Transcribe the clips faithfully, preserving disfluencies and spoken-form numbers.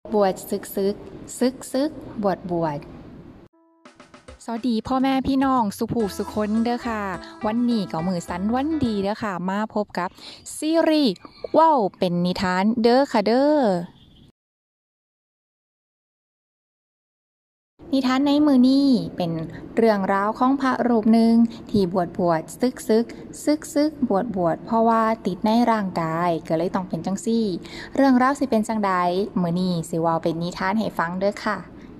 บวชซึกซึกซึกซึกบวชบวชสวัสดีพ่อแม่พี่น้องสุภูสุคนเด้อค่ะวันนี้ก็มือสันวันดีเด้อค่ะมาพบกับซีรีส์ว้าวเป็นนิทานเด้อค่ะเด้อนิทานในมือนี้เป็นเรื่องราวของพระรูปหนึ่งที่บวชบวชซึกซึกซึกซึกบวชบวชเพราะว่าติดในร่างกายก็เลยต้องเป็นจังซี่เรื่องราวสิเป็นจังใดมื้อนี้สิเว้าเป็นนิทานให้ฟังเด้อค่ะ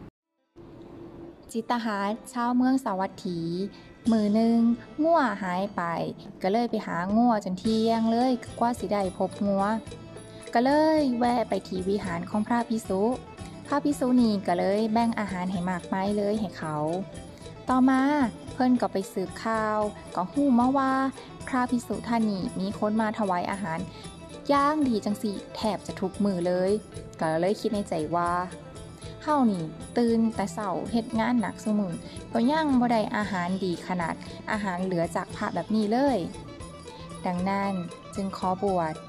จิตหาชาวเมืองสาวัตถีมือหนึ่งงัวหายไปก็เลยไปหางัวจนเที่ยงเลยกว่าสิได้พบงัวก็เลยแวะไปที่วิหารของพระภิกษุพระภิกษุนี่ก็เลยแบ่งอาหารให้มากมายเลยให้เขาต่อมาเพิ่นก็ไปสืบข่าวก็ฮู้มาว่าพระภิกษุท่านนี้มีคนมาถวายอาหารย่างดีจังสิแทบจะทุกมื้อเลยก็เลยคิดในใจว่าเฮานี่ตื่นแต่เช้าเฮ็ดงานหนักซุมื้อก็ยังบ่ได้อาหารดีขนาดอาหารเหลือจากพระแบบนี้เลยดังนั้นจึงขอบวช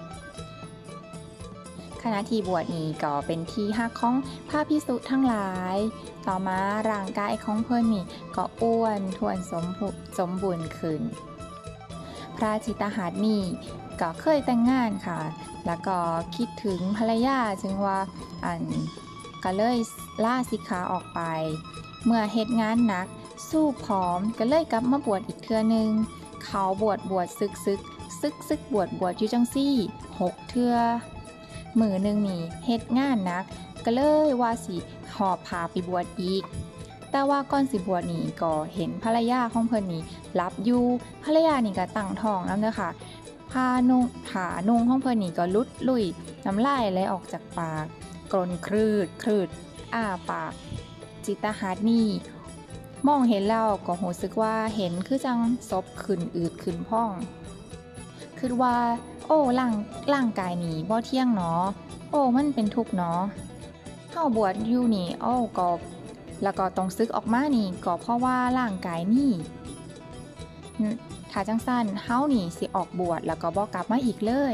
ขณะที่บวชนี้ก็เป็นที่ฮักของพระภิกษุทั้งหลายต่อมาร่างกายของเพิ่นนี่ก็อ้วนท้วนสมสมบูรณ์ขึ้นพระจิตหัสนี่ก็เคยแต่งงานค่ะแล้วก็คิดถึงภรรยาจึงว่าอันก็เลยลาสิกขาออกไปเมื่อเฮ็ดงานหนักสู้ผอมก็เลยกลับมาบวชอีกเทื่อนึงเขาบวชบวชซึกซึกซึกซึกบวชบวชอยู่จังซี่หกเทื่อมื้อนึงนี่เฮ็ดงานหนักก็เลยว่าสิหอบพาไปบวชอีกแต่ว่าก่อนสิบวชนี่ก็เห็นภรรยาของเพิ่นนี่หลับอยู่ภรรยานี่ก็ตั้งท้องนำเด้อค่ะผ้านุ่งผ้านุ่งของเพิ่นนี่ก็หลุดลุ่ยน้ำลายไหลออกจากปากกรนครืดครืดอ้าปากจิตหัสนี่มองเห็นแล้วก็รู้สึกว่าเห็นคือจังศพขึ้นอืดขึ้นพองคิดว่าโอ้ร่างร่างกายนี่บ่เที่ยงเนาะโอ้มันเป็นทุกข์เนาะเฮาบวชอยู่นี่โอ้ก็แล้วก็ต้องสึกออกมานี่ก็เพราะว่าร่างกายนี่ถ้าจังซั่นเฮานี่สิออกบวชแล้วก็บ่กลับมาอีกเลย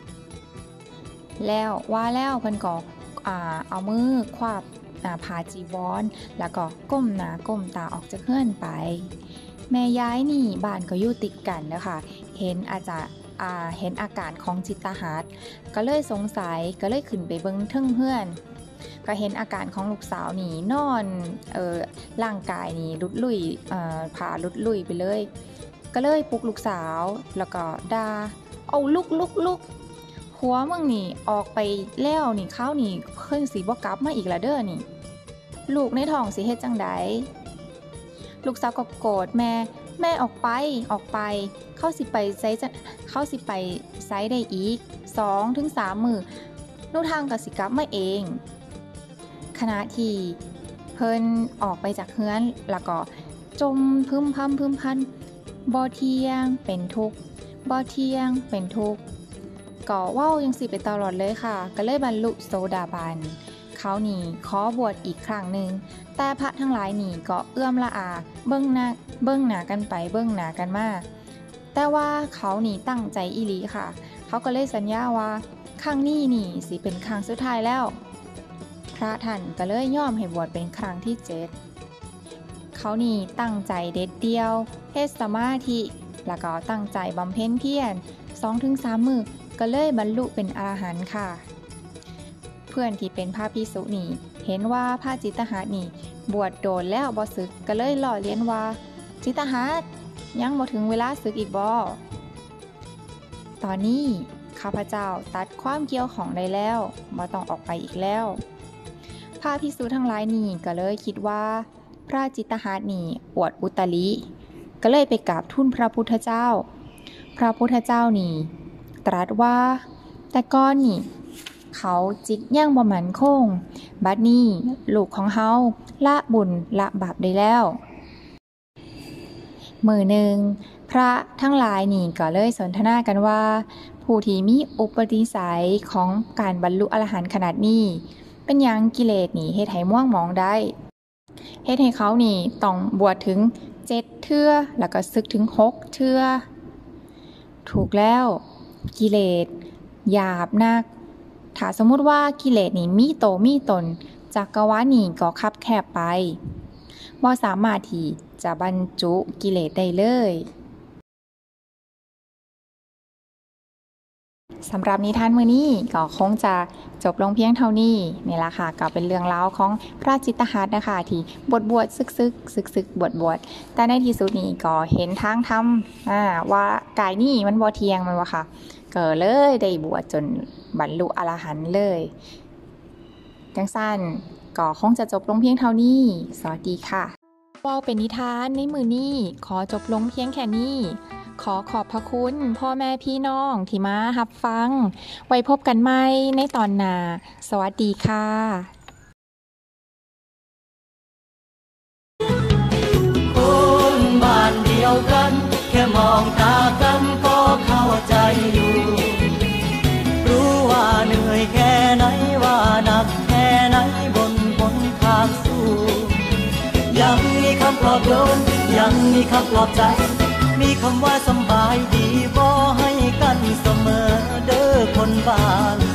แล้วว่าแล้วเพิ่นก็อ่าเอามือคว้าผ้าจีวรแล้วก็ก้มหน้าก้มตาออกจากเฮือนไปแม่ยายนี่บ้านก็อยู่ติดกันเด้อค่ะเห็นอาจารย์อ่าเห็นอาการของจิตหัสก็เลยสงสัยก็เลยขึ้นไปเบิ่งเทิงเฮือนก็เห็นอาการของลูกสาวนี่นอนเอ่อร่างกายนี่ลุดลุ่ยเอ่อผ้าลุดลุ่ยไปเลยก็เลยปลุกลูกสาวแล้วก็ด่าเอาลุกลุกลุกหัวมึงนี่ออกไปแล้วนี่ข้าวนี่เพิ่นสิบ่กลับมาอีกละเด้อนี่ลูกในท้องสิเฮ็ดจังใดลูกสาวก็โกรธแม่แม่ออกไปออกไปเข้าสิไปไสจะเข้าสิไปไสได้อีก สองถึงสาม มื้อหนูทางก็สิกลับมาเองขณะที่เพิ่นออกไปจากเฮือนแล้วก็จมพึมพำพึมพันบ่เที่ยงเป็นทุกข์บ่เที่ยงเป็นทุกข์ก็เว้าจังซี่ไปตลอดเลยค่ะก็เลยบรรลุโสดาบันเขานี่ขอบวชอีกครั้งหนึ่งแต่พระทั้งหลายนี่ก็เอื้อมละอาเบิ่งหน้าเบิ่งหน้ากันไปเบิ่งหน้ากันมาแต่ว่าเขานี่ตั้งใจอีหลีค่ะเขาก็เลยสัญญาว่าครั้งนี้นี่สิเป็นครั้งสุดท้ายแล้วพระท่านก็เลยยอมให้บวชเป็นครั้งที่เจ็ดเขานี่ตั้งใจเด็ดเดียวเฮ็ดสมาธิแล้วก็ตั้งใจบำเพ็ญเพียร สองถึงสาม มื้อก็เลยบรรลุเป็นอรหันต์ค่ะเพื่อนที่เป็นพระภิกษุนี่เห็นว่าพระจิตหัสนี่บวชโดนแล้วบ่สึกก็เลยล้อเลียนว่าจิตหัสยังบ่ถึงเวลาสึกอีกบ่ตอนนี้ข้าพเจ้าตัดความเกี่ยวของได้แล้วบ่ต้องออกไปอีกแล้วพระภิกษุทั้งหลายนี่ก็เลยคิดว่าพระจิตหัสนี่อวดอุตริก็เลยไปกราบทูลพระพุทธเจ้าพระพุทธเจ้านี่ตรัสว่าแต่ก่อนนี่เขาจิตยังบ่มั่นคงบัดนี้ลูกของเฮาละบุญละบาปได้แล้วมื้อหนึ่งพระทั้งหลายนี่ก็เลยสนทนากันว่าผู้ที่มีอุปนิสัยของการบรรลุอรหันต์ขนาดนี้เป็นหยังกิเลสนี่เฮ็ดให้ม่วงหมองได้เฮ็ดให้เขานี่ต้องบวชถึงเจ็ดเทื่อแล้วก็สึกถึงหกเทื่อถูกแล้วกิเลสหยาบนักถ้าสมมุติว่ากิเลสนี่มีโตมีตนจักรวาลนี่ก็คับแคบไปบ่สามารถที่จะบรรจุกิเลสได้เลยสำหรับนิทานมื้อนี้ก็คงจะจบลงเพียงเท่านี้นี่ล่ะค่ะก็เป็นเรื่องราวของพระจิตตหัสนะคะที่บวชบวชซึกซึกซึกซึกบวชบวชแต่ในที่สุดนี่ก็เห็นทางธรรมอ่าว่ากายนี่มันบ่เที่ยงมันว่าค่ะก็เลยได้บวชจนบรรลุอรหันต์เลยจังซั่นก็คงจะจบลงเพียงเท่านี้สวัสดีค่ะเว้าเป็นนิทานในมื้อนี้ขอจบลงเพียงแค่นี้ขอขอบพระคุณพ่อแม่พี่น้องที่มารับฟังไว้พบกันใหม่ในตอนหน้าสวัสดีค่ะคนบ้านเดียวกันแค่มองตากันก็เข้าใจอยู่รู้ว่าเหนื่อยแค่ไหนว่าหนักแค่ไหนบนหนทางสู้ยังมีคำปลอบโยนยังมีคำปลอบใจมีคำว่าสำบายดีบ่ให้กันเสมอเด้อคนบ้าน